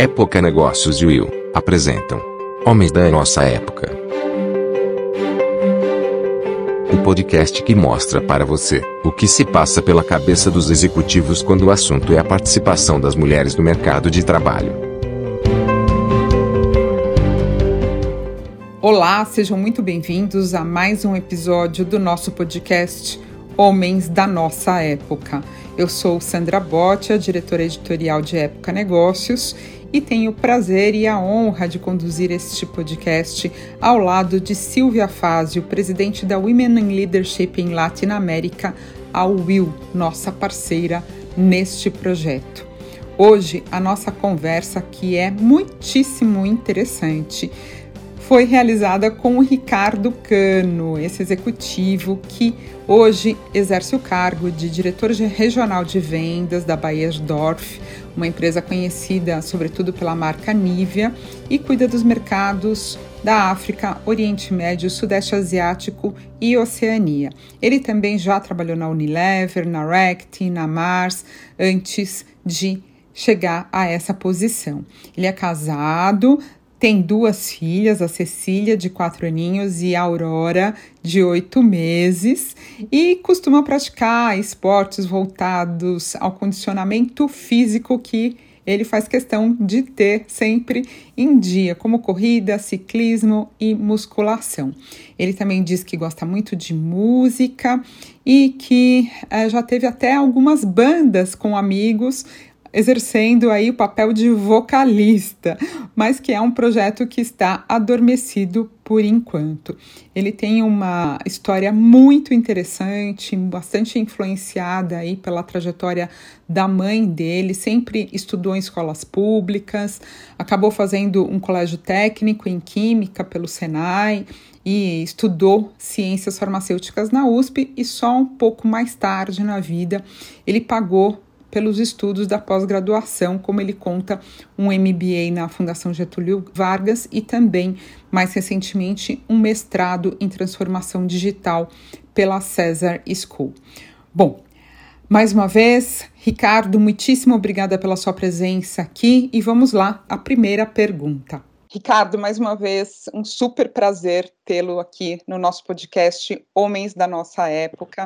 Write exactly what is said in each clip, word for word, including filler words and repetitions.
Época Negócios e Will apresentam Homens da Nossa Época. Um podcast que mostra para você o que se passa pela cabeça dos executivos quando o assunto é a participação das mulheres no mercado de trabalho. Olá, sejam muito bem-vindos a mais um episódio do nosso podcast Homens da Nossa Época. Eu sou Sandra Botia, diretora editorial de Época Negócios, e tenho o prazer e a honra de conduzir este podcast ao lado de Silvia Fazio, presidente da Women in Leadership em Latinoamérica, a Will, nossa parceira neste projeto. Hoje, a nossa conversa, que é muitíssimo interessante, foi realizada com o Ricardo Cano, esse executivo que hoje exerce o cargo de diretor regional de vendas da Beiersdorf, uma empresa conhecida sobretudo pela marca Nivea, e cuida dos mercados da África, Oriente Médio, Sudeste Asiático e Oceania. Ele também já trabalhou na Unilever, na Reckitt, na Mars, antes de chegar a essa posição. Ele é casado, tem duas filhas, a Cecília, de quatro aninhos, e a Aurora, de oito meses, e costuma praticar esportes voltados ao condicionamento físico que ele faz questão de ter sempre em dia, como corrida, ciclismo e musculação. Ele também diz que gosta muito de música e que eh, já teve até algumas bandas com amigos, exercendo aí o papel de vocalista, mas que é um projeto que está adormecido por enquanto. Ele tem uma história muito interessante, bastante influenciada aí pela trajetória da mãe dele, sempre estudou em escolas públicas, acabou fazendo um colégio técnico em Química pelo Senai e estudou ciências farmacêuticas na U S P, e só um pouco mais tarde na vida ele pagou pelos estudos da pós-graduação, como ele conta, um M B A na Fundação Getúlio Vargas e também, mais recentemente, um mestrado em transformação digital pela César School. Bom, mais uma vez, Ricardo, muitíssimo obrigada pela sua presença aqui, e vamos lá, a primeira pergunta. Ricardo, mais uma vez, um super prazer tê-lo aqui no nosso podcast Homens da Nossa Época.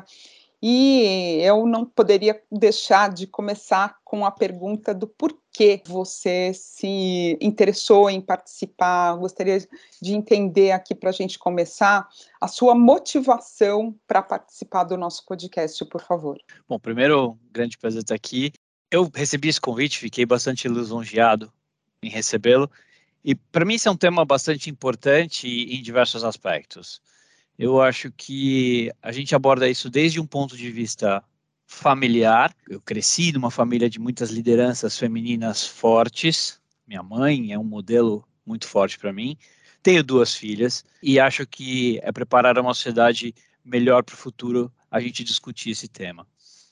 E eu não poderia deixar de começar com a pergunta do porquê você se interessou em participar. Gostaria de entender aqui, para a gente começar, a sua motivação para participar do nosso podcast, por favor. Bom, primeiro, um grande prazer estar aqui. Eu recebi esse convite, fiquei bastante lisonjeado em recebê-lo. E para mim esse é um tema bastante importante em diversos aspectos. Eu acho que a gente aborda isso desde um ponto de vista familiar. Eu cresci numa família de muitas lideranças femininas fortes. Minha mãe é um modelo muito forte para mim. Tenho duas filhas e acho que é preparar uma sociedade melhor para o futuro a gente discutir esse tema.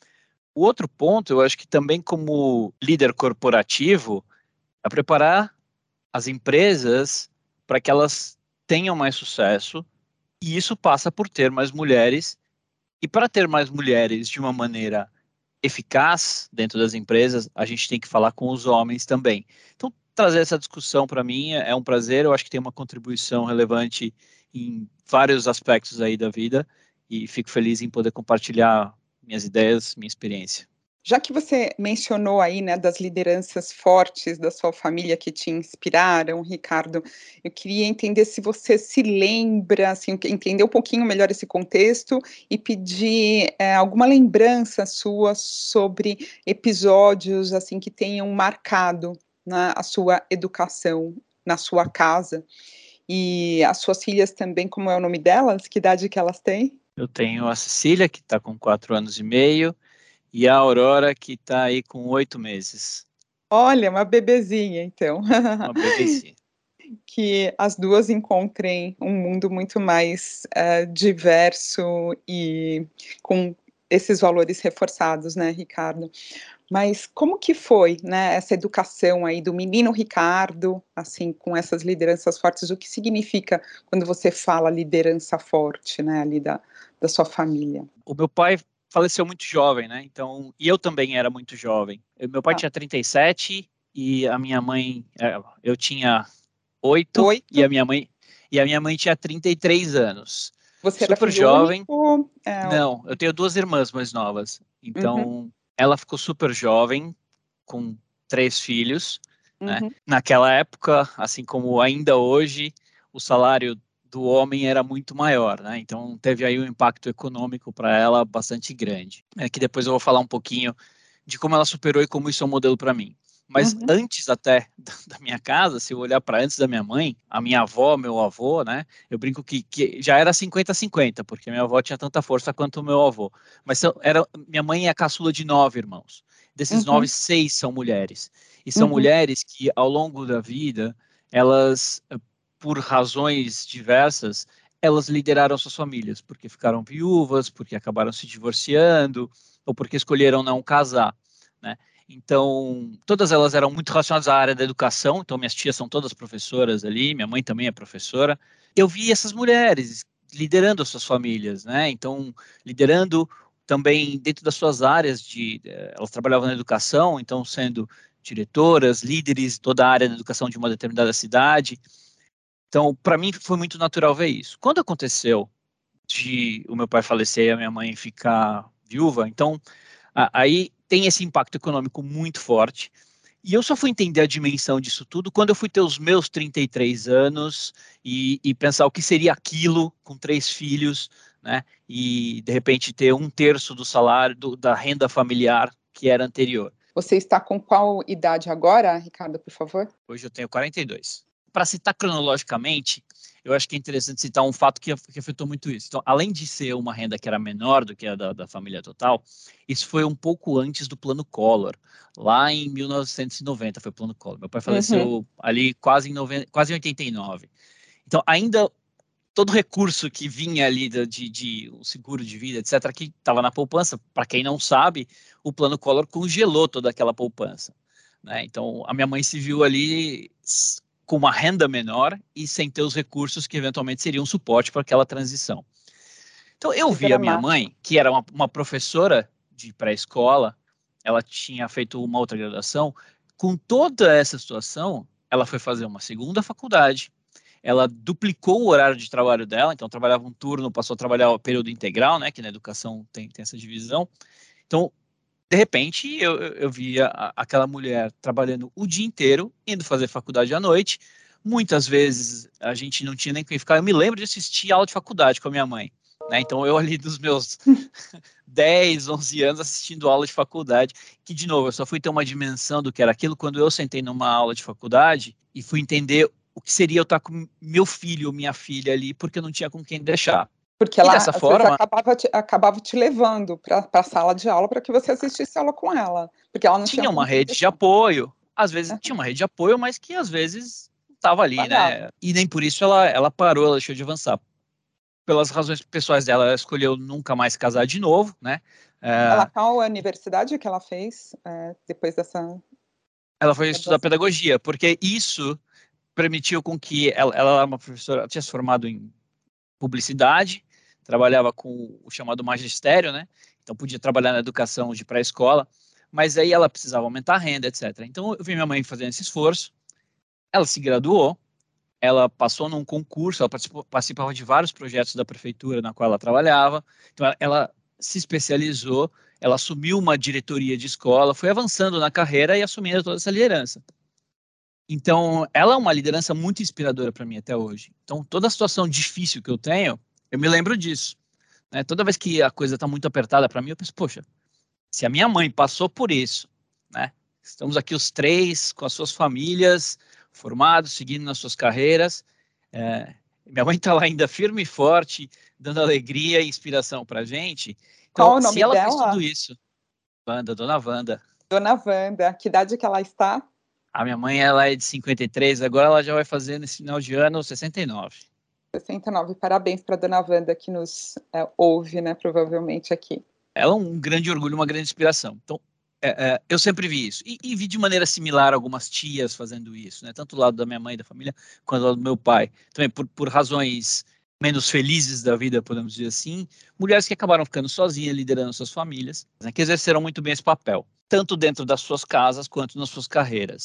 O outro ponto, eu acho que também como líder corporativo, é preparar as empresas para que elas tenham mais sucesso. E isso passa por ter mais mulheres, e para ter mais mulheres de uma maneira eficaz dentro das empresas, a gente tem que falar com os homens também. Então, trazer essa discussão para mim é um prazer, eu acho que tem uma contribuição relevante em vários aspectos aí da vida, e fico feliz em poder compartilhar minhas ideias, minha experiência. Já que você mencionou aí, né, das lideranças fortes da sua família que te inspiraram, Ricardo, eu queria entender se você se lembra, assim, entender um pouquinho melhor esse contexto e pedir é, alguma lembrança sua sobre episódios, assim, que tenham marcado, né, a sua educação na sua casa. E as suas filhas também, como é o nome delas? Que idade que elas têm? Eu tenho a Cecília, que está com quatro anos e meio, e a Aurora, que está aí com oito meses. Olha, uma bebezinha, então. Uma bebezinha. Que as duas encontrem um mundo muito mais uh, diverso e com esses valores reforçados, né, Ricardo? Mas como que foi, né, essa educação aí do menino Ricardo, assim, com essas lideranças fortes? O que significa quando você fala liderança forte, né, ali da, da sua família? O meu pai faleceu muito jovem, né? Então, e eu também era muito jovem. Eu, meu pai ah. tinha trinta e sete e a minha mãe, eu tinha oito, Oito. e a minha mãe e a minha mãe tinha trinta e três anos. Você era Super filho jovem. único? É... Não, eu tenho duas irmãs mais novas. Então, Uhum. ela ficou super jovem, com três filhos, né? Uhum. Naquela época, assim como ainda hoje, o salário do homem era muito maior, né? Então, teve aí um impacto econômico para ela bastante grande. É que depois eu vou falar um pouquinho de como ela superou e como isso é um modelo para mim. Mas Uhum. antes até da minha casa, se eu olhar para antes da minha mãe, a minha avó, meu avô, né? Eu brinco que, que já era cinquenta a cinquenta, porque minha avó tinha tanta força quanto o meu avô. Mas são- era, minha mãe é a caçula de nove irmãos. Desses nove, Uhum. seis são mulheres. E são Uhum. mulheres que, ao longo da vida, elas, eh, por razões diversas, elas lideraram suas famílias, porque ficaram viúvas, porque acabaram se divorciando, ou porque escolheram não casar, né? Então, todas elas eram muito relacionadas à área da educação. Então, minhas tias são todas professoras ali, minha mãe também é professora. Eu vi essas mulheres liderando as suas famílias, né? Então, liderando também dentro das suas áreas de, eh, elas trabalhavam na educação, então sendo diretoras, líderes, toda a área da educação de uma determinada cidade. Então, para mim foi muito natural ver isso. Quando aconteceu de o meu pai falecer e a minha mãe ficar viúva, então aí tem esse impacto econômico muito forte. E eu só fui entender a dimensão disso tudo quando eu fui ter os meus trinta e três anos e, e pensar o que seria aquilo com três filhos, né? E de repente ter um terço do salário, do, da renda familiar que era anterior. Você está com qual idade agora, Ricardo, por favor? Hoje eu tenho quarenta e dois. Para citar cronologicamente, eu acho que é interessante citar um fato que, que afetou muito isso. Então, além de ser uma renda que era menor do que a da, da família total, isso foi um pouco antes do Plano Collor. Lá em mil novecentos e noventa foi o Plano Collor. Meu pai Uhum. faleceu ali quase em, noventa, quase em oitenta e nove. Então, ainda todo recurso que vinha ali de, de, de um seguro de vida, etcétera, que estava na poupança, para quem não sabe, o Plano Collor congelou toda aquela poupança, né? Então, a minha mãe se viu ali com uma renda menor e sem ter os recursos que eventualmente seriam suporte para aquela transição. Então, eu Que vi a minha dramático. mãe, que era uma, uma professora de pré-escola, ela tinha feito uma outra graduação, com toda essa situação, ela foi fazer uma segunda faculdade, ela duplicou o horário de trabalho dela, então trabalhava um turno, passou a trabalhar o período integral, né, que na educação tem, tem essa divisão. Então, de repente, eu, eu, eu via a, aquela mulher trabalhando o dia inteiro, indo fazer faculdade à noite. Muitas vezes a gente não tinha nem quem ficar. Eu me lembro de assistir aula de faculdade com a minha mãe, né? Então, eu ali dos meus dez, onze anos assistindo aula de faculdade, que, de novo, eu só fui ter uma dimensão do que era aquilo quando eu sentei numa aula de faculdade e fui entender o que seria eu estar com meu filho ou minha filha ali, porque eu não tinha com quem deixar. Porque E ela, dessa às vezes, forma, acabava te, acabava te levando para a sala de aula para que você assistisse aula com ela, porque ela não tinha tinha com uma quem rede de deixar. apoio, às vezes Uhum. tinha uma rede de apoio, mas que às vezes estava ali, Pagava. né? E nem por isso ela, ela parou, ela deixou de avançar. Pelas razões pessoais dela, ela escolheu nunca mais casar de novo, né? Ela, É, qual a universidade que ela fez é, depois dessa ela foi estudar graduação? pedagogia, porque isso permitiu com que ela, ela era uma professora, ela tinha se formado em publicidade, trabalhava com o chamado magistério, né? Então podia trabalhar na educação de pré-escola, mas aí ela precisava aumentar a renda, etcétera. Então eu vi minha mãe fazendo esse esforço, ela se graduou, ela passou num concurso, ela participou, participava de vários projetos da prefeitura na qual ela trabalhava, então ela, ela se especializou, ela assumiu uma diretoria de escola, foi avançando na carreira e assumindo toda essa liderança. Então, ela é uma liderança muito inspiradora para mim até hoje. Então, toda a situação difícil que eu tenho, eu me lembro disso, né? Toda vez que a coisa está muito apertada para mim, eu penso, poxa, se a minha mãe passou por isso, né? Estamos aqui os três com as suas famílias, formados, seguindo nas suas carreiras. É, minha mãe está lá ainda firme e forte, dando alegria e inspiração para a gente. Então, Qual o se nome ela fez dela? tudo isso, Wanda, dona Wanda, Dona Wanda. Que idade que ela está? a minha mãe ela é de cinquenta e três, agora ela já vai fazer nesse final de ano sessenta e nove. sessenta e nove. Parabéns para a Dona Wanda que nos é, ouve, né, provavelmente aqui. Ela é um grande orgulho, uma grande inspiração. Então, é, é, eu sempre vi isso. E, e vi de maneira similar algumas tias fazendo isso, né? Tanto do lado da minha mãe, da família, quanto do lado do meu pai. Também por, por razões menos felizes da vida, podemos dizer assim, mulheres que acabaram ficando sozinhas, liderando suas famílias, né? Que exerceram muito bem esse papel, tanto dentro das suas casas quanto nas suas carreiras.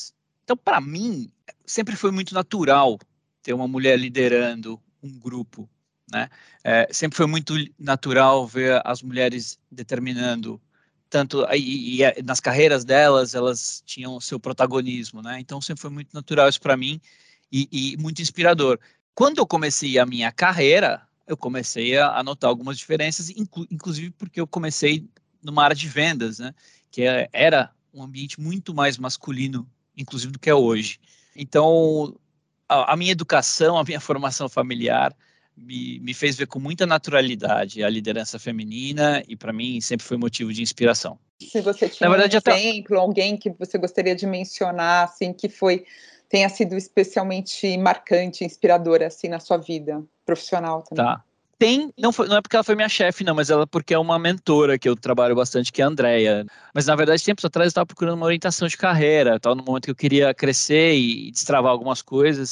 Então, para mim, sempre foi muito natural ter uma mulher liderando um grupo, né? É, sempre foi muito natural ver as mulheres determinando tanto e, e nas carreiras delas, elas tinham seu protagonismo, né? Então sempre foi muito natural isso para mim e, e muito inspirador. Quando eu comecei a minha carreira, eu comecei a, a notar algumas diferenças, inclu, inclusive porque eu comecei numa área de vendas, né? Que é, era um ambiente muito mais masculino, inclusive do que é hoje. Então a, a minha educação, a minha formação familiar me, me fez ver com muita naturalidade a liderança feminina e, para mim, sempre foi motivo de inspiração. Se você tinha Na um verdade, até... exemplo, alguém que você gostaria de mencionar, assim, que foi, tenha sido especialmente marcante, inspirador, assim, na sua vida profissional também. Tá. Tem, não, foi, não é porque ela foi minha chefe, não, mas ela porque é uma mentora que eu trabalho bastante, que é a Andrea. Mas, na verdade, tempos atrás eu estava procurando uma orientação de carreira, estava no momento que eu queria crescer e destravar algumas coisas.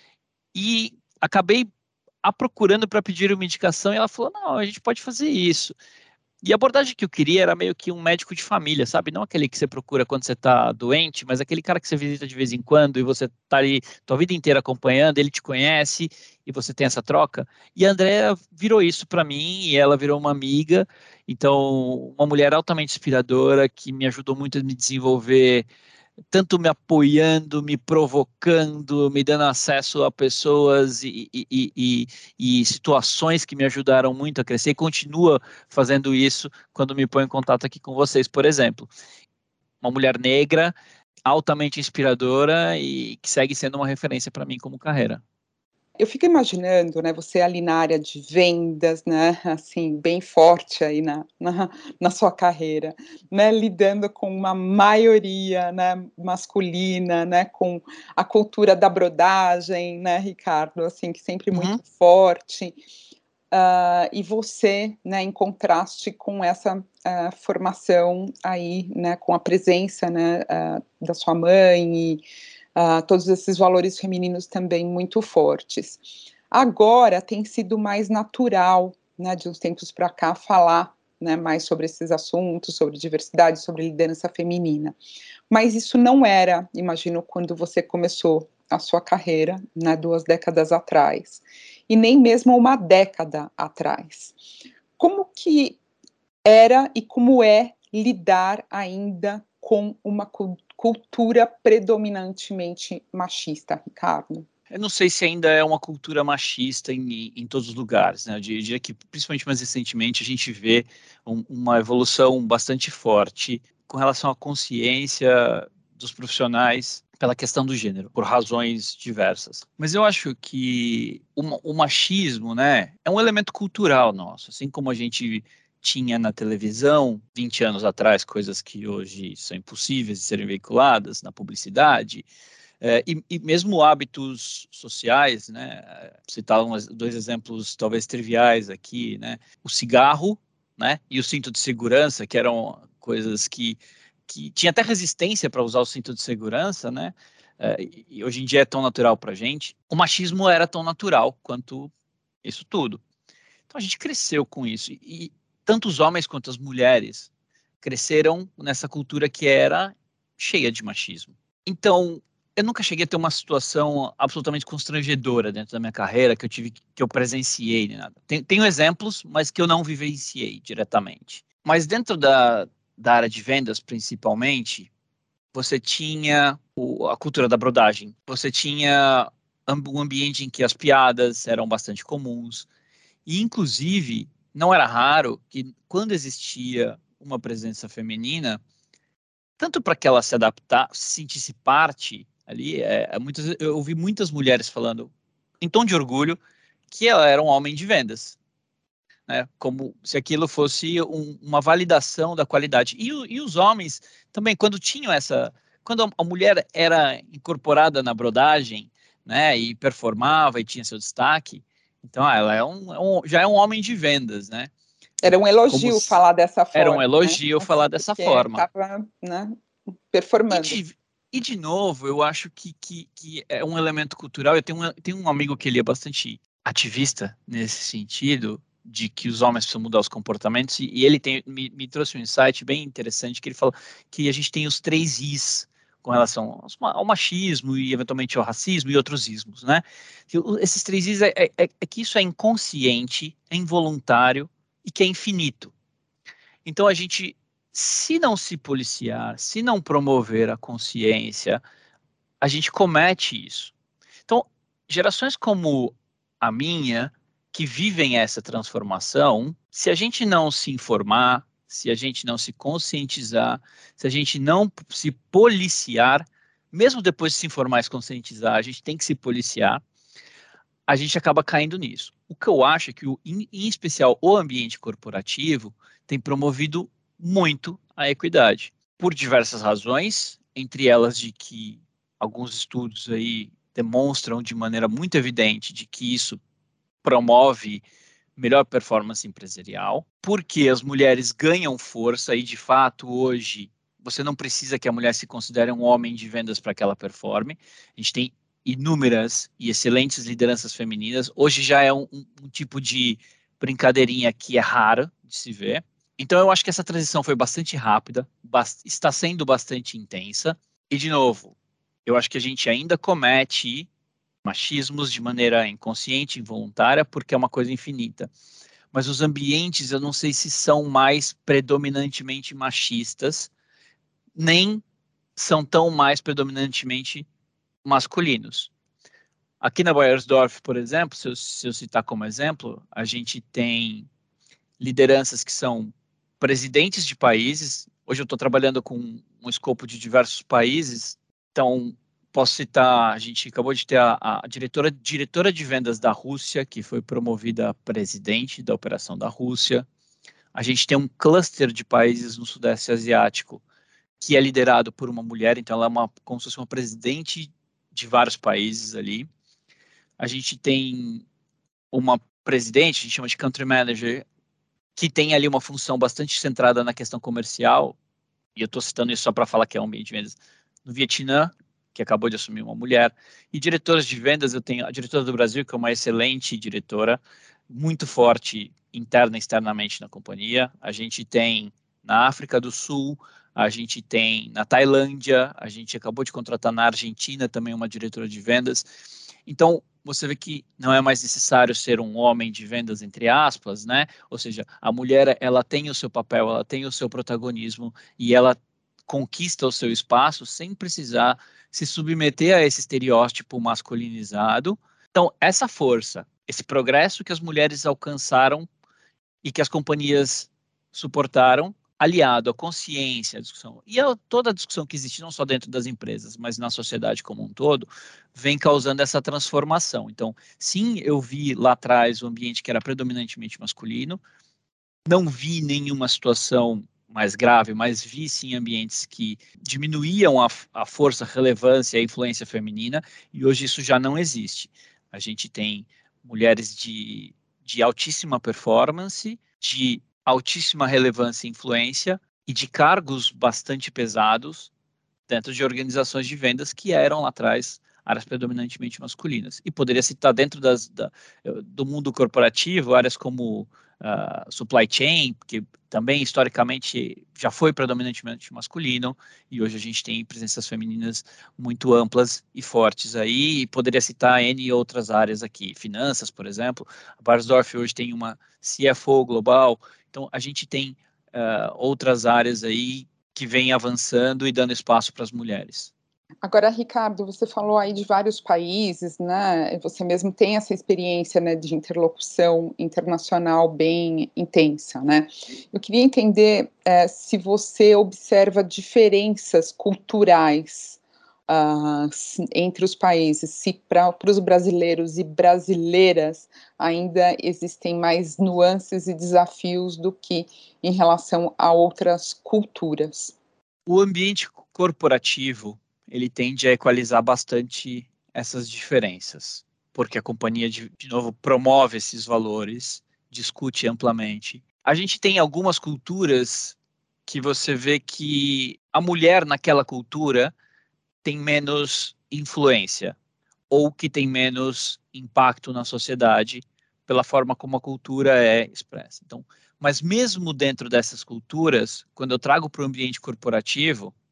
E acabei a procurando para pedir uma indicação e ela falou, não, a gente pode fazer isso. E a abordagem que eu queria era meio que um médico de família, sabe? Não aquele que você procura quando você está doente, mas aquele cara que você visita de vez em quando e você está ali tua vida inteira acompanhando, ele te conhece e você tem essa troca. E a Andrea virou isso para mim e ela virou uma amiga. Então, uma mulher altamente inspiradora que me ajudou muito a me desenvolver, tanto me apoiando, me provocando, me dando acesso a pessoas e, e, e, e, situações que me ajudaram muito a crescer e continua fazendo isso quando me põe em contato aqui com vocês, por exemplo. Uma mulher negra, altamente inspiradora e que segue sendo uma referência para mim como carreira. Eu fico imaginando, né, você ali na área de vendas, né, assim, bem forte aí na, na, na sua carreira, né, lidando com uma maioria, né, masculina, né, com a cultura da brodagem, né, Ricardo, assim, que sempre muito Uhum. forte, uh, e você, né, em contraste com essa uh, formação aí, né, com a presença, né, uh, da sua mãe e Uh, todos esses valores femininos também muito fortes. Agora tem sido mais natural, né, de uns tempos para cá, falar, né, mais sobre esses assuntos, sobre diversidade, sobre liderança feminina. Mas isso não era, imagino, quando você começou a sua carreira, né, duas décadas atrás, e nem mesmo uma década atrás. Como que era e como é lidar ainda com uma cultura predominantemente machista, Ricardo? Eu não sei se ainda é uma cultura machista em, em todos os lugares, né? Eu diria que, principalmente mais recentemente, a gente vê um, uma evolução bastante forte com relação à consciência dos profissionais pela questão do gênero, por razões diversas. Mas eu acho que o, o machismo, né, é um elemento cultural nosso, assim como a gente tinha na televisão vinte anos atrás coisas que hoje são impossíveis de serem veiculadas na publicidade. É, e, e mesmo hábitos sociais, né? Citar uns, dois exemplos talvez triviais aqui, né? O cigarro, né? E o cinto de segurança, que eram coisas que, que tinha até resistência para usar o cinto de segurança, né? É, e hoje em dia é tão natural para a gente. O machismo era tão natural quanto isso tudo. Então a gente cresceu com isso. E tanto os homens quanto as mulheres cresceram nessa cultura que era cheia de machismo. Então, eu nunca cheguei a ter uma situação absolutamente constrangedora dentro da minha carreira que eu tive, que eu presenciei, nem nada. Tenho, tenho exemplos, mas que eu não vivenciei diretamente. Mas dentro da, da área de vendas, principalmente, você tinha o, a cultura da brodagem. Você tinha um ambiente em que as piadas eram bastante comuns. E, inclusive, não era raro que, quando existia uma presença feminina, tanto para que ela se adaptar, se sentisse parte ali, é, muitas, eu ouvi muitas mulheres falando, em tom de orgulho, que ela era um homem de vendas, né? Como se aquilo fosse um, uma validação da qualidade. E, e os homens também, quando tinham essa, quando a mulher era incorporada na brodagem, né, e performava e tinha seu destaque, então ah, ela é um, é um, já é um homem de vendas, né? Era um Como elogio falar dessa era um forma, né? elogio Assim, falar dessa porque forma. estava, né, E performando. de, e de novo, eu acho que, que, que é um elemento cultural. Eu tenho, um, tenho um amigo que ele é bastante ativista nesse sentido, de que os homens precisam mudar os comportamentos, e, e ele tem, me, me trouxe um insight bem interessante, que ele falou que a gente tem os três Is com relação ao machismo e, eventualmente, ao racismo e outros ismos, né? Esses três is é, é, é que isso é inconsciente, é involuntário e que é infinito. Então, a gente, se não se policiar, se não promover a consciência, a gente comete isso. Então, gerações como a minha, que vivem essa transformação, se a gente não se informar, se a gente não se conscientizar, se a gente não se policiar, mesmo depois de se informar e se conscientizar, a gente tem que se policiar, a gente acaba caindo nisso. O que eu acho é que, o, em, em especial, o ambiente corporativo tem promovido muito a equidade, por diversas razões, entre elas de que alguns estudos aí demonstram de maneira muito evidente de que isso promove melhor performance empresarial, porque as mulheres ganham força e, de fato, hoje, você não precisa que a mulher se considere um homem de vendas para que ela performe. A gente tem inúmeras e excelentes lideranças femininas. Hoje já é um, um, um tipo de brincadeirinha que é raro de se ver. Então, eu acho que essa transição foi bastante rápida, bast- está sendo bastante intensa. E, de novo, eu acho que a gente ainda comete machismos de maneira inconsciente, involuntária, porque é uma coisa infinita. Mas os ambientes, eu não sei se são mais predominantemente machistas, nem são tão mais predominantemente masculinos. Aqui na Bayersdorf, por exemplo, se eu, se eu citar como exemplo, a gente tem lideranças que são presidentes de países. Hoje eu estou trabalhando com um escopo de diversos países, então posso citar, a gente acabou de ter a, a diretora, diretora de vendas da Rússia, que foi promovida a presidente da operação da Rússia. A gente tem um cluster de países no Sudeste Asiático que é liderado por uma mulher, então ela é uma, como se fosse uma presidente de vários países ali. A gente tem uma presidente, a gente chama de country manager, que tem ali uma função bastante centrada na questão comercial, e eu estou citando isso só para falar que é um ambiente de vendas, no Vietnã, que acabou de assumir uma mulher, e diretoras de vendas, eu tenho a diretora do Brasil, que é uma excelente diretora, muito forte interna e externamente na companhia. A gente tem na África do Sul, a gente tem na Tailândia, a gente acabou de contratar na Argentina também uma diretora de vendas. Então, você vê que não é mais necessário ser um homem de vendas, entre aspas, né? Ou seja, a mulher, ela tem o seu papel, ela tem o seu protagonismo e ela conquista o seu espaço sem precisar se submeter a esse estereótipo masculinizado. Então, essa força, esse progresso que as mulheres alcançaram e que as companhias suportaram, aliado à consciência, à discussão, e a toda a discussão que existe, não só dentro das empresas, mas na sociedade como um todo, vem causando essa transformação. Então, sim, eu vi lá atrás o ambiente que era predominantemente masculino, não vi nenhuma situação mais grave, mas vi sim ambientes que diminuíam a, a força, a relevância e a influência feminina, e hoje isso já não existe. A gente tem mulheres de, de altíssima performance, de altíssima relevância e influência, e de cargos bastante pesados dentro de organizações de vendas que eram lá atrás áreas predominantemente masculinas. E poderia citar dentro das, da, do mundo corporativo áreas como uh, supply chain, que também historicamente já foi predominantemente masculino, e hoje a gente tem presenças femininas muito amplas e fortes aí, e poderia citar N outras áreas aqui, finanças, por exemplo. A Barsdorf hoje tem uma C F O global, então a gente tem uh, outras áreas aí que vem avançando e dando espaço para as mulheres. Agora, Ricardo, você falou aí de vários países, né? Você mesmo tem essa experiência, né, de interlocução internacional bem intensa, né? Eu queria entender é, se você observa diferenças culturais uh, entre os países, se para os brasileiros e brasileiras ainda existem mais nuances e desafios do que em relação a outras culturas. O ambiente corporativo, ele tende a equalizar bastante essas diferenças, porque a companhia, de, de novo, promove esses valores, discute amplamente. A gente tem algumas culturas que você vê que a mulher naquela cultura tem menos influência, ou que tem menos impacto na sociedade pela forma como a cultura é expressa. Então, mas mesmo dentro dessas culturas, quando eu trago para o ambiente corporativo,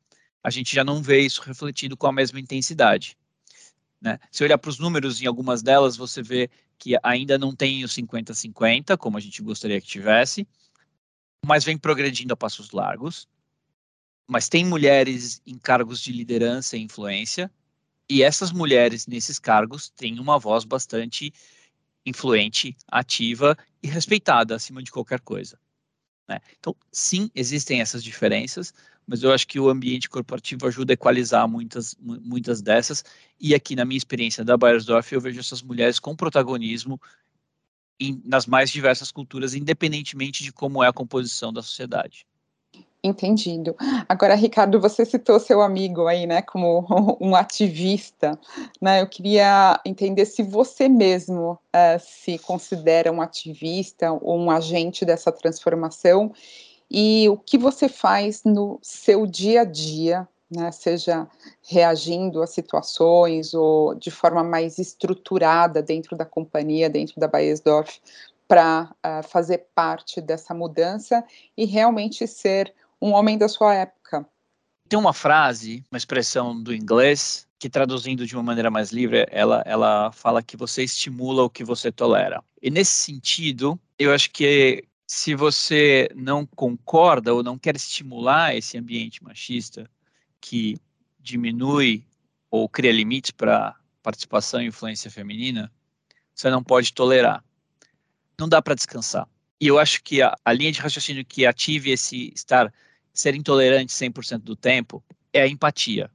a gente já não vê isso refletido com a mesma intensidade, né? Se olhar para os números, em algumas delas, você vê que ainda não tem o cinquenta a cinquenta, como a gente gostaria que tivesse, mas vem progredindo a passos largos. Mas tem mulheres em cargos de liderança e influência, e essas mulheres nesses cargos têm uma voz bastante influente, ativa e respeitada acima de qualquer coisa, né? Então, sim, existem essas diferenças, mas eu acho que o ambiente corporativo ajuda a equalizar muitas, muitas dessas, e aqui na minha experiência da Beiersdorf, eu vejo essas mulheres com protagonismo em, nas mais diversas culturas, independentemente de como é a composição da sociedade. Entendido. Agora, Ricardo, você citou seu amigo aí, né, como um ativista, né? Eu queria entender se você mesmo uh, se considera um ativista ou um agente dessa transformação e o que você faz no seu dia a dia, né, seja reagindo a situações ou de forma mais estruturada dentro da companhia, dentro da Beiersdorf, para uh, fazer parte dessa mudança e realmente ser um homem da sua época. Tem uma frase, uma expressão do inglês, que traduzindo de uma maneira mais livre, ela, ela fala que você estimula o que você tolera. E nesse sentido, eu acho que se você não concorda ou não quer estimular esse ambiente machista que diminui ou cria limites para participação e influência feminina, você não pode tolerar. Não dá para descansar. E eu acho que a, a linha de raciocínio que ative esse estar, ser intolerante cem por cento do tempo, é a empatia.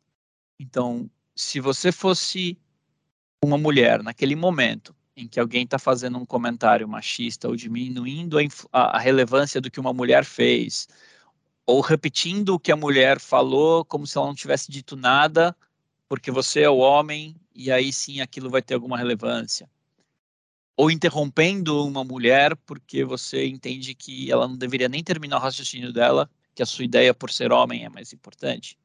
Então, se você fosse uma mulher naquele momento em que alguém está fazendo um comentário machista ou diminuindo a, a relevância do que uma mulher fez, ou repetindo o que a mulher falou como se ela não tivesse dito nada, porque você é o homem e aí sim aquilo vai ter alguma relevância. Ou interrompendo uma mulher porque você entende que ela não deveria nem terminar o raciocínio dela, que a sua ideia por ser homem é mais importante.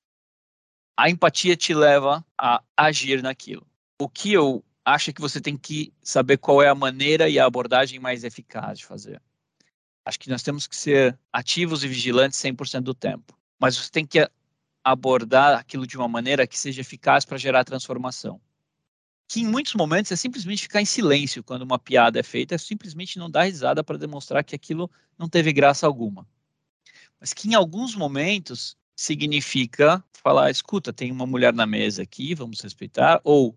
A empatia te leva a agir naquilo. O que eu acho é que você tem que saber qual é a maneira e a abordagem mais eficaz de fazer. Acho que nós temos que ser ativos e vigilantes cem por cento do tempo, mas você tem que abordar aquilo de uma maneira que seja eficaz para gerar transformação. Que em muitos momentos é simplesmente ficar em silêncio quando uma piada é feita, é simplesmente não dar risada para demonstrar que aquilo não teve graça alguma. Mas que em alguns momentos significa falar, escuta, tem uma mulher na mesa aqui, vamos respeitar, ou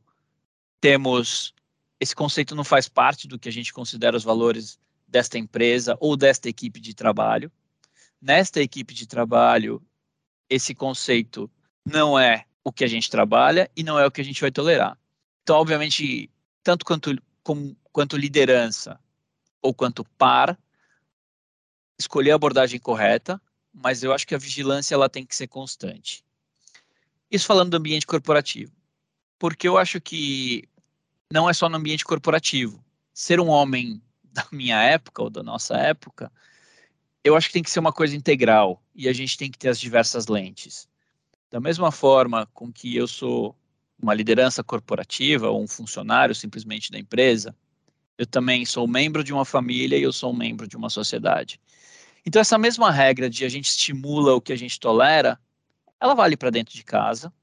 temos, esse conceito não faz parte do que a gente considera os valores desta empresa ou desta equipe de trabalho. Nesta equipe de trabalho, esse conceito não é o que a gente trabalha e não é o que a gente vai tolerar. Então, obviamente, tanto quanto, como, quanto liderança ou quanto par, escolher a abordagem correta, mas eu acho que a vigilância ela tem que ser constante. Isso falando do ambiente corporativo, porque eu acho que não é só no ambiente corporativo. Ser um homem da minha época ou da nossa época, eu acho que tem que ser uma coisa integral e a gente tem que ter as diversas lentes. Da mesma forma com que eu sou uma liderança corporativa ou um funcionário simplesmente da empresa, eu também sou membro de uma família e eu sou um membro de uma sociedade. Então, essa mesma regra de a gente estimula o que a gente tolera, ela vale para dentro de casa,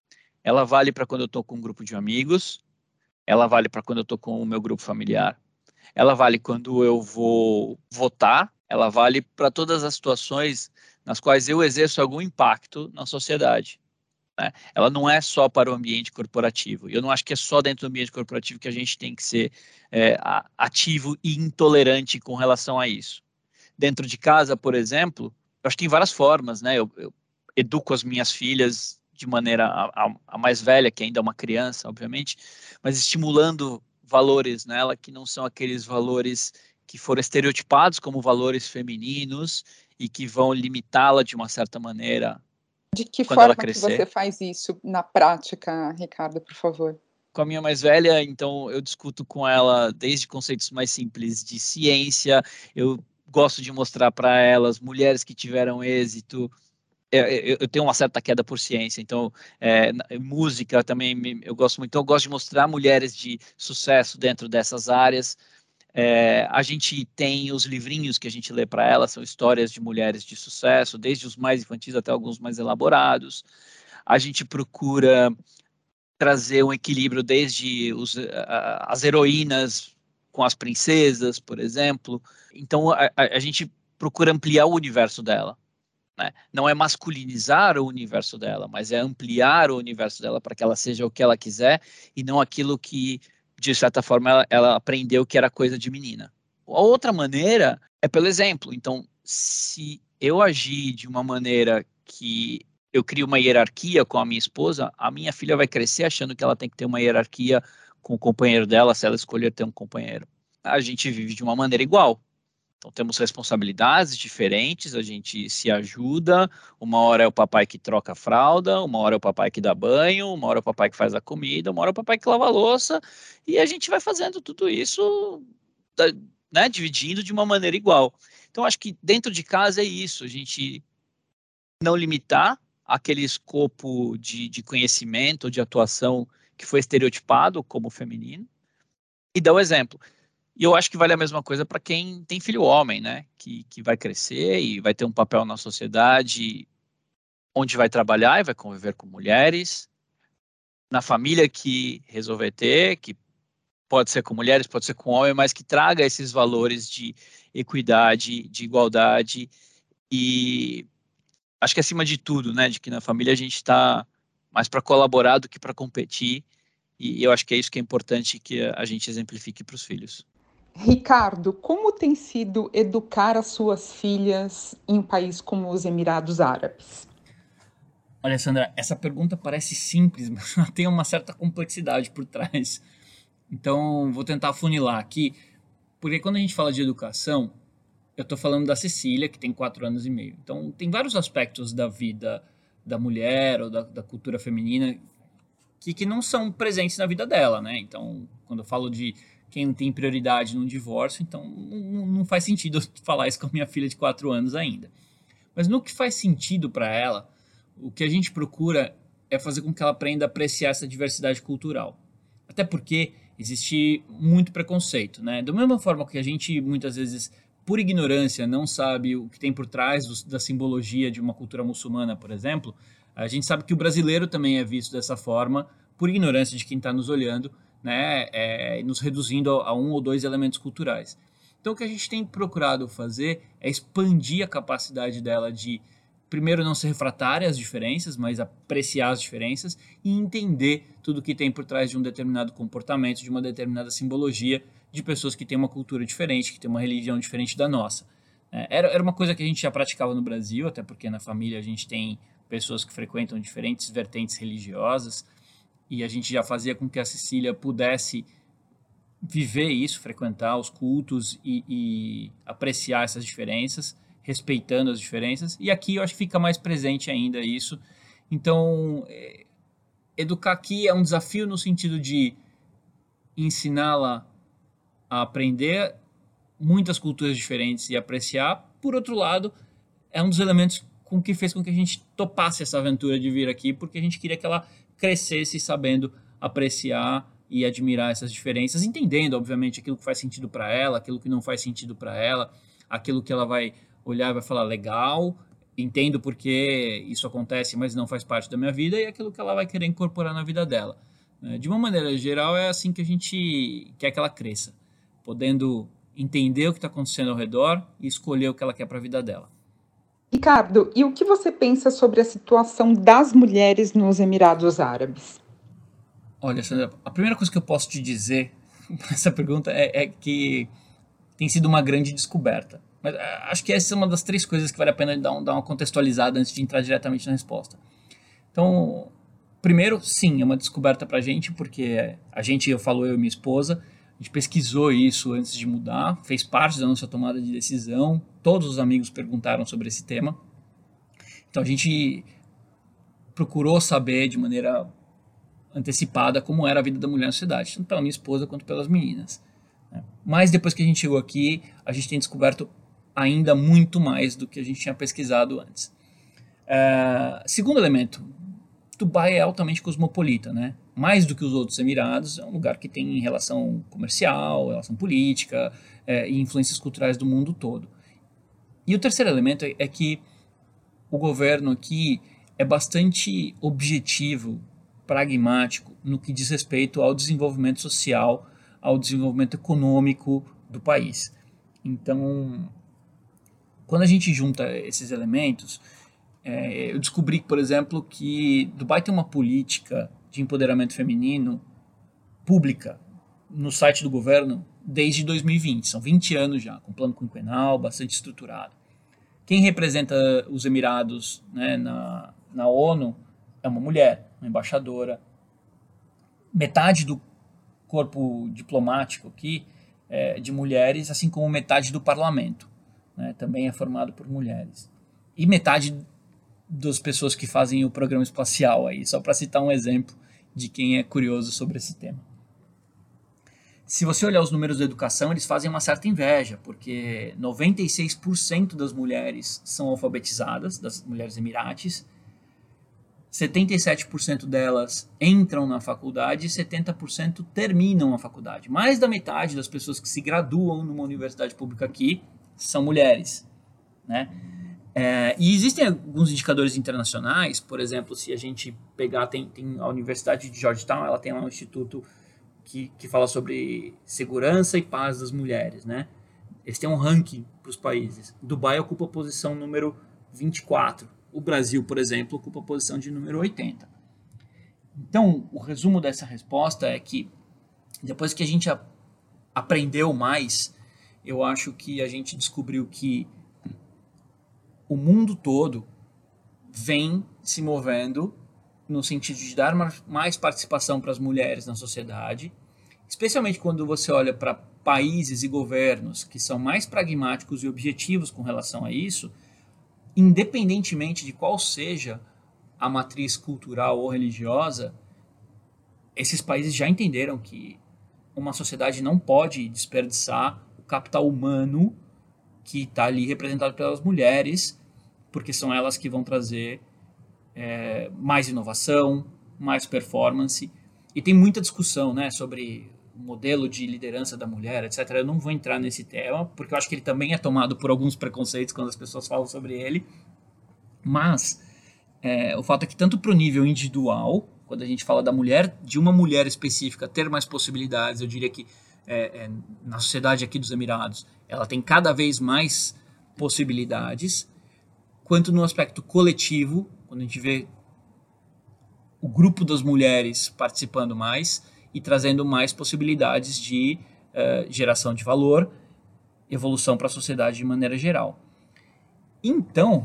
ela vale para quando eu estou com um grupo de amigos, ela vale para quando eu estou com o meu grupo familiar, ela vale quando eu vou votar, ela vale para todas as situações nas quais eu exerço algum impacto na sociedade, né? Ela não é só para o ambiente corporativo. Eu não acho que é só dentro do ambiente corporativo que a gente tem que ser é, ativo e intolerante com relação a isso. Dentro de casa, por exemplo, eu acho que tem várias formas, né? Eu, eu educo as minhas filhas de maneira, a, a, a mais velha, que ainda é uma criança, obviamente, mas estimulando valores nela que não são aqueles valores que foram estereotipados como valores femininos e que vão limitá-la de uma certa maneira De que quando ela forma que crescer. você faz isso na prática, Ricardo, por favor? Com a minha mais velha, então eu discuto com ela desde conceitos mais simples de ciência, eu gosto de mostrar para elas mulheres que tiveram êxito. Eu, eu tenho uma certa queda por ciência, então é, música também me, eu gosto muito. Então, eu gosto de mostrar mulheres de sucesso dentro dessas áreas. É, a gente tem os livrinhos que a gente lê para ela, são histórias de mulheres de sucesso, desde os mais infantis até alguns mais elaborados. A gente procura trazer um equilíbrio desde os, a, as heroínas com as princesas, por exemplo. Então, a, a, a gente procura ampliar o universo dela. Né? Não é masculinizar o universo dela, mas é ampliar o universo dela para que ela seja o que ela quiser e não aquilo que, de certa forma, ela, ela aprendeu que era coisa de menina. A outra maneira é pelo exemplo. Então, se eu agir de uma maneira que eu crio uma hierarquia com a minha esposa, a minha filha vai crescer achando que ela tem que ter uma hierarquia com o companheiro dela, se ela escolher ter um companheiro. A gente vive de uma maneira igual. Então, temos responsabilidades diferentes, a gente se ajuda. Uma hora é o papai que troca a fralda, uma hora é o papai que dá banho, uma hora é o papai que faz a comida, uma hora é o papai que lava a louça, e a gente vai fazendo tudo isso, né, dividindo de uma maneira igual. Então, acho que dentro de casa é isso, a gente não limitar aquele escopo de, de conhecimento, de atuação que foi estereotipado como feminino, e dar o exemplo. E eu acho que vale a mesma coisa para quem tem filho homem, né? Que, que vai crescer e vai ter um papel na sociedade onde vai trabalhar e vai conviver com mulheres, na família que resolver ter, que pode ser com mulheres, pode ser com homem, mas que traga esses valores de equidade, de igualdade e acho que acima de tudo, né? De que na família a gente está mais para colaborar do que para competir e eu acho que é isso que é importante que a gente exemplifique para os filhos. Ricardo, como tem sido educar as suas filhas em um país como os Emirados Árabes? Olha, Sandra, essa pergunta parece simples, mas ela tem uma certa complexidade por trás. Então, vou tentar funilar aqui, porque quando a gente fala de educação, eu estou falando da Cecília, que tem quatro anos e meio. Então, tem vários aspectos da vida da mulher ou da, da cultura feminina que, que não são presentes na vida dela, né? Então, quando eu falo de quem tem prioridade no divórcio, então não, não faz sentido eu falar isso com a minha filha de quatro anos ainda. Mas no que faz sentido para ela, o que a gente procura é fazer com que ela aprenda a apreciar essa diversidade cultural. Até porque existe muito preconceito, né? Da mesma forma que a gente muitas vezes, por ignorância, não sabe o que tem por trás do, da simbologia de uma cultura muçulmana, por exemplo, a gente sabe que o brasileiro também é visto dessa forma, por ignorância de quem está nos olhando, né, é, nos reduzindo a, a um ou dois elementos culturais. Então, o que a gente tem procurado fazer é expandir a capacidade dela de, primeiro, não ser refratária às diferenças, mas apreciar as diferenças e entender tudo que tem por trás de um determinado comportamento, de uma determinada simbologia de pessoas que têm uma cultura diferente, que têm uma religião diferente da nossa. É, era, era uma coisa que a gente já praticava no Brasil, até porque na família a gente tem pessoas que frequentam diferentes vertentes religiosas, e a gente já fazia com que a Cecília pudesse viver isso, frequentar os cultos e, e apreciar essas diferenças, respeitando as diferenças. E aqui eu acho que fica mais presente ainda isso. Então, é, educar aqui é um desafio no sentido de ensiná-la a aprender muitas culturas diferentes e apreciar. Por outro lado, é um dos elementos com que fez com que a gente topasse essa aventura de vir aqui, porque a gente queria que ela crescesse sabendo apreciar e admirar essas diferenças, entendendo, obviamente, aquilo que faz sentido para ela, aquilo que não faz sentido para ela, aquilo que ela vai olhar e vai falar, legal, entendo porque isso acontece, mas não faz parte da minha vida, e aquilo que ela vai querer incorporar na vida dela. De uma maneira geral, é assim que a gente quer que ela cresça, podendo entender o que está acontecendo ao redor e escolher o que ela quer para a vida dela. Ricardo, e o que você pensa sobre a situação das mulheres nos Emirados Árabes? Olha, Sandra, a primeira coisa que eu posso te dizer para essa pergunta é, é que tem sido uma grande descoberta. Mas acho que essa é uma das três coisas que vale a pena dar, um, dar uma contextualizada antes de entrar diretamente na resposta. Então, primeiro, sim, é uma descoberta para a gente, porque a gente, eu falo eu e minha esposa, a gente pesquisou isso antes de mudar, fez parte da nossa tomada de decisão, todos os amigos perguntaram sobre esse tema. Então a gente procurou saber de maneira antecipada como era a vida da mulher na sociedade, tanto pela minha esposa quanto pelas meninas. Mas depois que a gente chegou aqui, a gente tem descoberto ainda muito mais do que a gente tinha pesquisado antes. Uh, segundo elemento, Dubai é altamente cosmopolita, né? Mais do que os outros Emirados, é um lugar que tem relação comercial, relação política é, e influências culturais do mundo todo. E o terceiro elemento é, é que o governo aqui é bastante objetivo, pragmático, no que diz respeito ao desenvolvimento social, ao desenvolvimento econômico do país. Então, quando a gente junta esses elementos, é, eu descobri, por exemplo, que Dubai tem uma política de empoderamento feminino pública no site do governo desde dois mil e vinte. São vinte anos já, com plano quinquenal, bastante estruturado. Quem representa os Emirados, né, na, na ONU é uma mulher, uma embaixadora. Metade do corpo diplomático aqui é de mulheres, assim como metade do parlamento, né, também é formado por mulheres. E metade das pessoas que fazem o programa espacial aí, só para citar um exemplo de quem é curioso sobre esse tema. Se você olhar os números da educação, eles fazem uma certa inveja, porque noventa e seis por cento das mulheres são alfabetizadas, das mulheres emirates, setenta e sete por cento delas entram na faculdade e setenta por cento terminam a faculdade. Mais da metade das pessoas que se graduam numa universidade pública aqui são mulheres, né? É, e existem alguns indicadores internacionais, por exemplo, se a gente pegar, tem, tem a Universidade de Georgetown, ela tem lá um instituto que, que fala sobre segurança e paz das mulheres, né? Eles têm um ranking para os países. Dubai ocupa a posição número vinte e quatro. O Brasil, por exemplo, ocupa a posição de número oitenta. Então, o resumo dessa resposta é que, depois que a gente a, aprendeu mais, eu acho que a gente descobriu que o mundo todo vem se movendo no sentido de dar mais participação para as mulheres na sociedade, especialmente quando você olha para países e governos que são mais pragmáticos e objetivos com relação a isso, independentemente de qual seja a matriz cultural ou religiosa, esses países já entenderam que uma sociedade não pode desperdiçar o capital humano que está ali representado pelas mulheres, porque são elas que vão trazer é, mais inovação, mais performance. E tem muita discussão, né, sobre o modelo de liderança da mulher, etcétera. Eu não vou entrar nesse tema, porque eu acho que ele também é tomado por alguns preconceitos quando as pessoas falam sobre ele. Mas é, o fato é que tanto para o nível individual, quando a gente fala da mulher, de uma mulher específica ter mais possibilidades, eu diria que é, é, na sociedade aqui dos Emirados, ela tem cada vez mais possibilidades, quanto no aspecto coletivo, quando a gente vê o grupo das mulheres participando mais e trazendo mais possibilidades de uh, geração de valor, evolução para a sociedade de maneira geral. Então,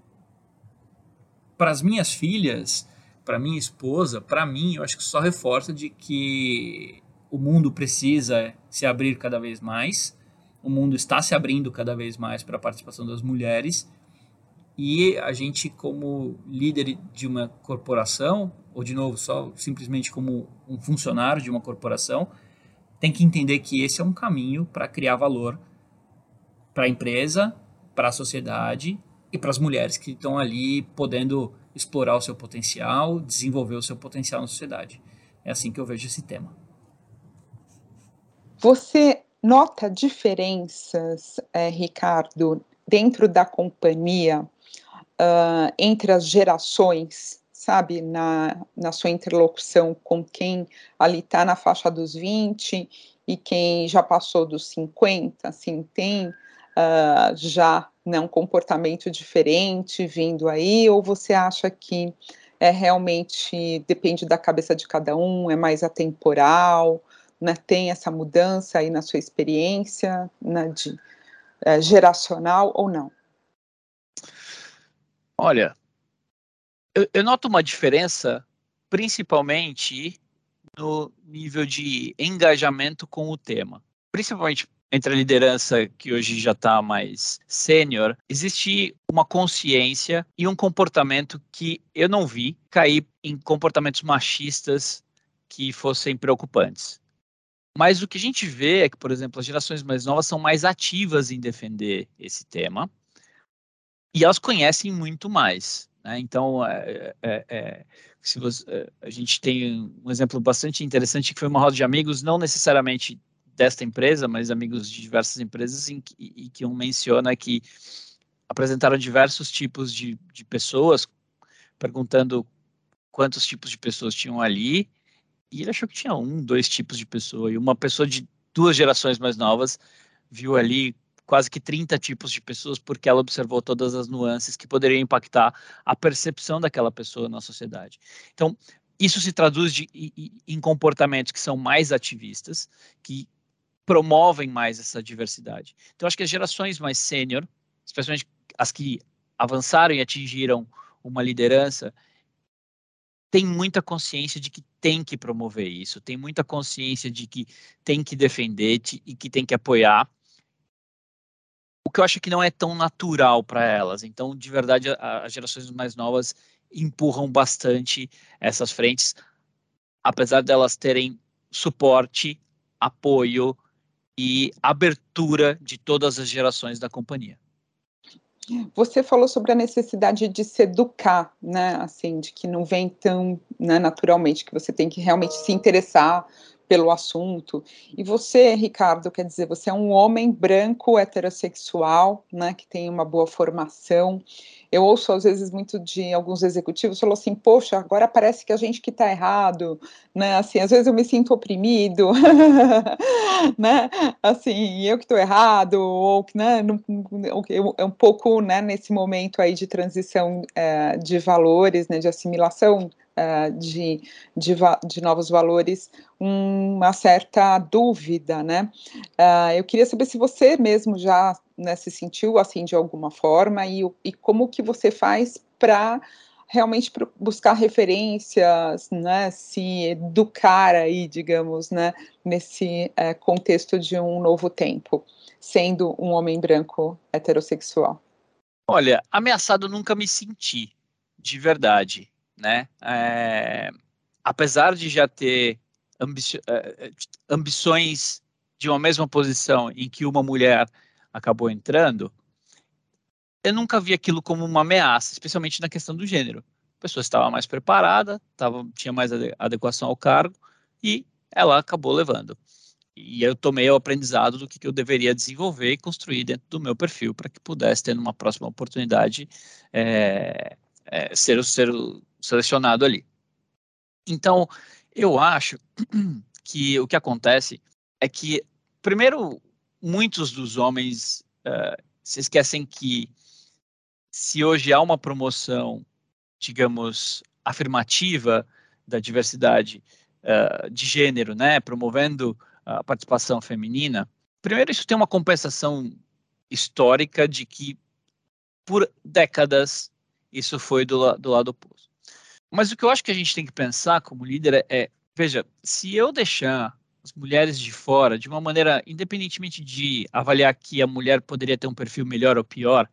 para as minhas filhas, para minha esposa, para mim, eu acho que só reforça de que o mundo precisa se abrir cada vez mais, o mundo está se abrindo cada vez mais para a participação das mulheres, e a gente, como líder de uma corporação, ou de novo, só simplesmente como um funcionário de uma corporação, tem que entender que esse é um caminho para criar valor para a empresa, para a sociedade e para as mulheres que estão ali podendo explorar o seu potencial, desenvolver o seu potencial na sociedade. É assim que eu vejo esse tema. Você nota diferenças, é, Ricardo, dentro da companhia, uh, entre as gerações, sabe, na, na sua interlocução com quem ali está na faixa dos vinte e quem já passou dos cinquenta, assim, tem uh, já, né, um comportamento diferente vindo aí, ou você acha que é realmente, depende da cabeça de cada um, é mais atemporal, né, tem essa mudança aí na sua experiência, né, de, é, geracional ou não? Olha, eu, eu noto uma diferença principalmente no nível de engajamento com o tema. Principalmente entre a liderança que hoje já está mais sênior, existe uma consciência e um comportamento que eu não vi cair em comportamentos machistas que fossem preocupantes. Mas o que a gente vê é que, por exemplo, as gerações mais novas são mais ativas em defender esse tema e elas conhecem muito mais. né? Então, é, é, é, se você, a gente tem um exemplo bastante interessante que foi uma roda de amigos, não necessariamente desta empresa, mas amigos de diversas empresas, em que, e que um menciona que apresentaram diversos tipos de, de pessoas, perguntando quantos tipos de pessoas tinham ali, e ele achou que tinha um, dois tipos de pessoa, e uma pessoa de duas gerações mais novas viu ali quase que trinta tipos de pessoas, porque ela observou todas as nuances que poderiam impactar a percepção daquela pessoa na sociedade. Então, isso se traduz de, em comportamentos que são mais ativistas, que promovem mais essa diversidade. Então, acho que as gerações mais sênior, especialmente as que avançaram e atingiram uma liderança, tem muita consciência de que tem que promover isso, tem muita consciência de que tem que defender e que tem que apoiar, o que eu acho que não é tão natural para elas. Então, de verdade, a, as gerações mais novas empurram bastante essas frentes, apesar delas terem suporte, apoio e abertura de todas as gerações da companhia. Você falou sobre a necessidade de se educar, né, assim, de que não vem tão, né, naturalmente, que você tem que realmente se interessar pelo assunto. E você, Ricardo, quer dizer, você é um homem branco, heterossexual, né, que tem uma boa formação. Eu ouço, às vezes, muito de alguns executivos, falou assim, poxa, agora parece que a gente que está errado, né, assim, às vezes eu me sinto oprimido, né, assim, eu que estou errado, ou, né, não, é um pouco, né, nesse momento aí de transição é, de valores, né, de assimilação é, de, de, de novos valores, uma certa dúvida, né? Uh, eu queria saber se você mesmo já, né, se sentiu assim de alguma forma e, e como que você faz para realmente buscar referências, né, se educar aí, digamos, né, nesse uh, contexto de um novo tempo, sendo um homem branco heterossexual. Olha, ameaçado nunca me senti, de verdade, né? É, apesar de já ter ambici ambições de uma mesma posição em que uma mulher acabou entrando, eu nunca vi aquilo como uma ameaça, especialmente na questão do gênero. A pessoa estava mais preparada, tava, tinha mais adequação ao cargo e ela acabou levando. E eu tomei o aprendizado do que, que eu deveria desenvolver e construir dentro do meu perfil para que pudesse ter numa próxima oportunidade é, é, ser, ser selecionado ali. Então, eu acho que o que acontece é que, primeiro, muitos dos homens uh, se esquecem que se hoje há uma promoção, digamos, afirmativa da diversidade uh, de gênero, né, promovendo a participação feminina, primeiro isso tem uma compensação histórica de que por décadas isso foi do, do lado oposto. Mas o que eu acho que a gente tem que pensar como líder é, é, veja, se eu deixar as mulheres de fora, de uma maneira, independentemente de avaliar que a mulher poderia ter um perfil melhor ou pior,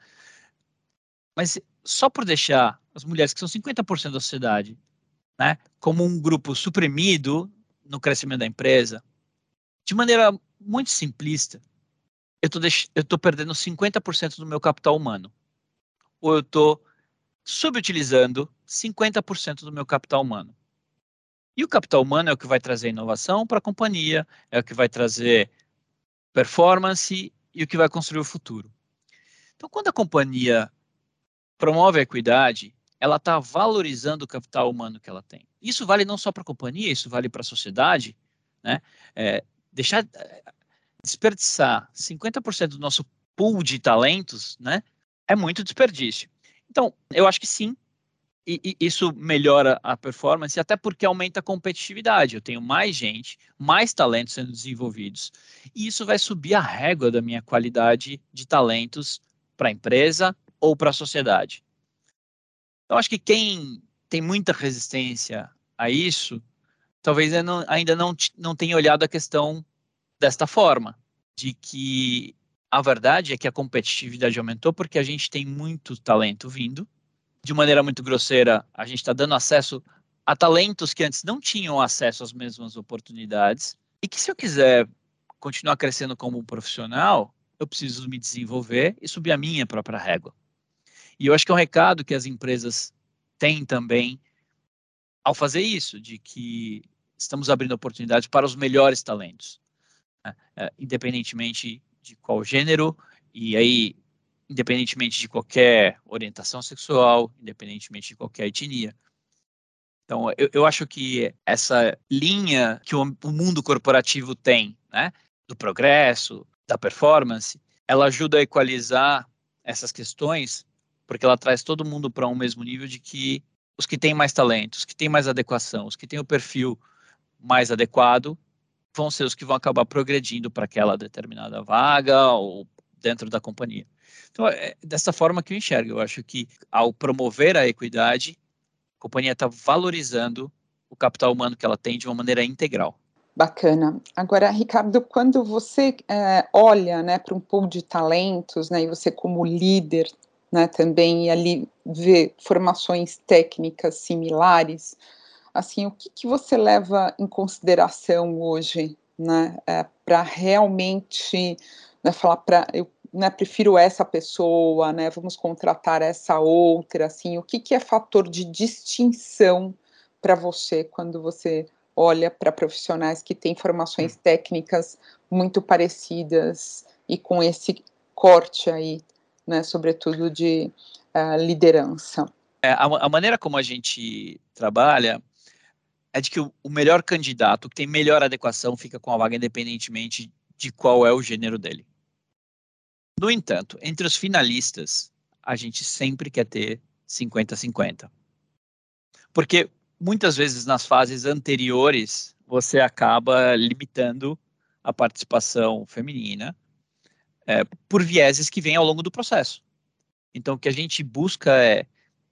mas só por deixar as mulheres, que são cinquenta por cento da sociedade, né, como um grupo suprimido no crescimento da empresa, de maneira muito simplista, eu tô deix... eu tô perdendo cinquenta por cento do meu capital humano. Ou eu estou subutilizando cinquenta por cento do meu capital humano. E o capital humano é o que vai trazer inovação para a companhia, é o que vai trazer performance e o que vai construir o futuro. Então, quando a companhia promove a equidade, ela está valorizando o capital humano que ela tem. Isso vale não só para a companhia, isso vale para a sociedade, né? É, deixar desperdiçar cinquenta por cento do nosso pool de talentos, né, é muito desperdício. Então, eu acho que sim, e, e isso melhora a performance, até porque aumenta a competitividade. Eu tenho mais gente, mais talentos sendo desenvolvidos, e isso vai subir a régua da minha qualidade de talentos para a empresa ou para a sociedade. Então, acho que quem tem muita resistência a isso, talvez ainda não, não tenha olhado a questão desta forma, de que a verdade é que a competitividade aumentou porque a gente tem muito talento vindo. De maneira muito grosseira, a gente está dando acesso a talentos que antes não tinham acesso às mesmas oportunidades. E que se eu quiser continuar crescendo como um profissional, eu preciso me desenvolver e subir a minha própria régua. E eu acho que é um recado que as empresas tem também ao fazer isso, de que estamos abrindo oportunidades para os melhores talentos, né? É, independentemente de qual gênero, e aí, independentemente de qualquer orientação sexual, independentemente de qualquer etnia. Então, eu, eu acho que essa linha que o, o mundo corporativo tem, né, do progresso, da performance, ela ajuda a equalizar essas questões, porque ela traz todo mundo para um mesmo nível de que os que têm mais talentos, os que têm mais adequação, os que têm o perfil mais adequado, vão ser os que vão acabar progredindo para aquela determinada vaga ou dentro da companhia. Então, é dessa forma que eu enxergo. Eu acho que, ao promover a equidade, a companhia está valorizando o capital humano que ela tem de uma maneira integral. Bacana. Agora, Ricardo, quando você é, olha, né, para um pool de talentos, né, e você como líder, né, também, e ali vê formações técnicas similares, assim, o que, que você leva em consideração hoje, né, é, para realmente, né, falar para eu, né, prefiro essa pessoa, né, vamos contratar essa outra, assim, o que, que é fator de distinção para você quando você olha para profissionais que têm formações técnicas muito parecidas e com esse corte aí, né, sobretudo de uh, liderança? É, a, a maneira como a gente trabalha é de que o, o melhor candidato, que tem melhor adequação, fica com a vaga independentemente de qual é o gênero dele. No entanto, entre os finalistas, a gente sempre quer ter cinquenta a cinquenta. Porque muitas vezes nas fases anteriores, você acaba limitando a participação feminina é, por vieses que vêm ao longo do processo. Então, o que a gente busca é,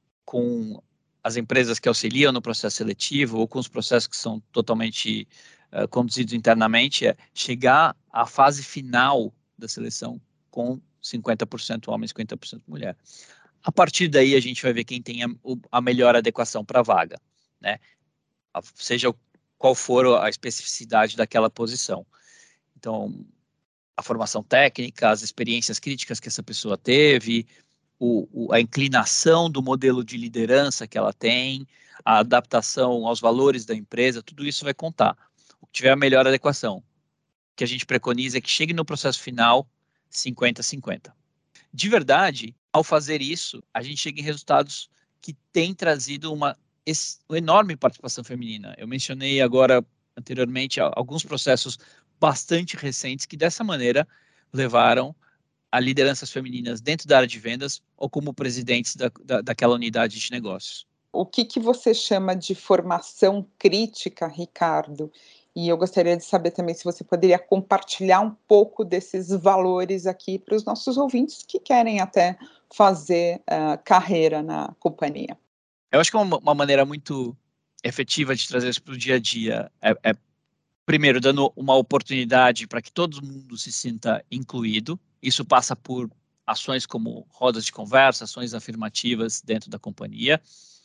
com as empresas que auxiliam no processo seletivo ou com os processos que são totalmente uh, conduzidos internamente, é chegar à fase final da seleção com cinquenta por cento homem e cinquenta por cento mulher. A partir daí, a gente vai ver quem tem a, a melhor adequação para a vaga, né? Seja qual for a especificidade daquela posição. Então, a formação técnica, as experiências críticas que essa pessoa teve, O, o, a inclinação do modelo de liderança que ela tem, a adaptação aos valores da empresa, tudo isso vai contar. O que tiver a melhor adequação. O que a gente preconiza é que chegue no processo final cinquenta a cinquenta. De verdade, ao fazer isso, a gente chega em resultados que têm trazido uma, uma enorme participação feminina. Eu mencionei agora, anteriormente, alguns processos bastante recentes que, dessa maneira, levaram a lideranças femininas dentro da área de vendas ou como presidentes da, da, daquela unidade de negócios. O que, que você chama de formação crítica, Ricardo? E eu gostaria de saber também se você poderia compartilhar um pouco desses valores aqui para os nossos ouvintes que querem até fazer uh, carreira na companhia. Eu acho que uma, uma maneira muito efetiva de trazer isso para o dia a dia é, é, primeiro, dando uma oportunidade para que todo mundo se sinta incluído. Isso passa por ações como rodas de conversa, ações afirmativas dentro da companhia.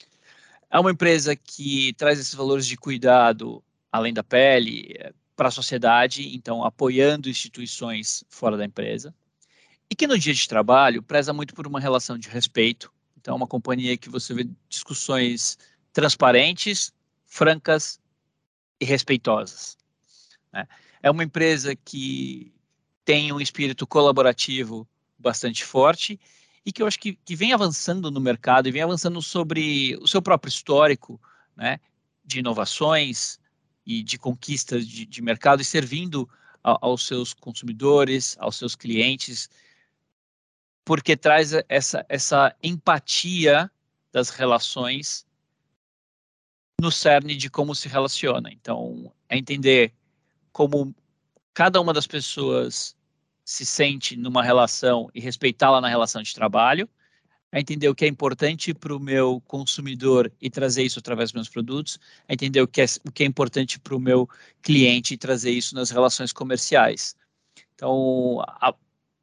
É uma empresa que traz esses valores de cuidado, além da pele, para a sociedade, então apoiando instituições fora da empresa. E que no dia de trabalho preza muito por uma relação de respeito. Então, é uma companhia que você vê discussões transparentes, francas e respeitosas, né? É uma empresa que tem um espírito colaborativo bastante forte e que eu acho que, que vem avançando no mercado e vem avançando sobre o seu próprio histórico, né, de inovações e de conquistas de, de mercado e servindo a, aos seus consumidores, aos seus clientes, porque traz essa, essa empatia das relações no cerne de como se relaciona. Então, é entender como cada uma das pessoas se sente numa relação e respeitá-la na relação de trabalho, é entender o que é importante para o meu consumidor e trazer isso através dos meus produtos, é entender o que é, o que é importante para o meu cliente e trazer isso nas relações comerciais. Então, a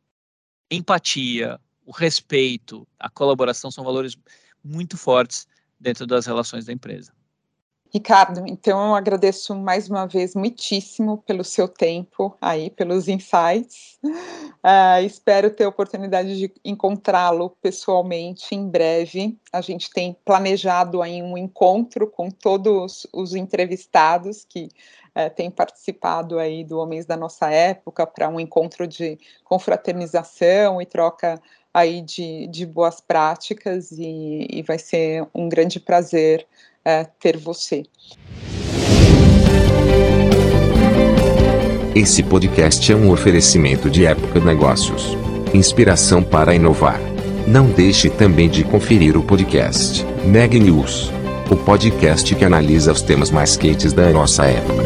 empatia, o respeito, a colaboração são valores muito fortes dentro das relações da empresa. Ricardo, então eu agradeço mais uma vez muitíssimo pelo seu tempo aí, pelos insights. Uh, espero ter a oportunidade de encontrá-lo pessoalmente em breve. A gente tem planejado aí um encontro com todos os entrevistados que uh, têm participado aí do Homens da Nossa Época, para um encontro de confraternização e troca aí de, de boas práticas, e, e vai ser um grande prazer É, ter você. Esse podcast é um oferecimento de Época Negócios. Inspiração para inovar. Não deixe também de conferir o podcast Neg News, o podcast que analisa os temas mais quentes da nossa época.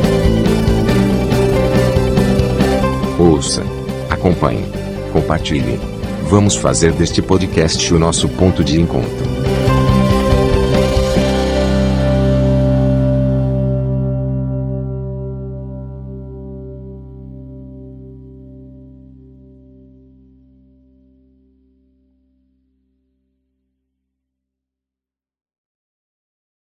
Ouça, acompanhe, compartilhe. Vamos fazer deste podcast o nosso ponto de encontro.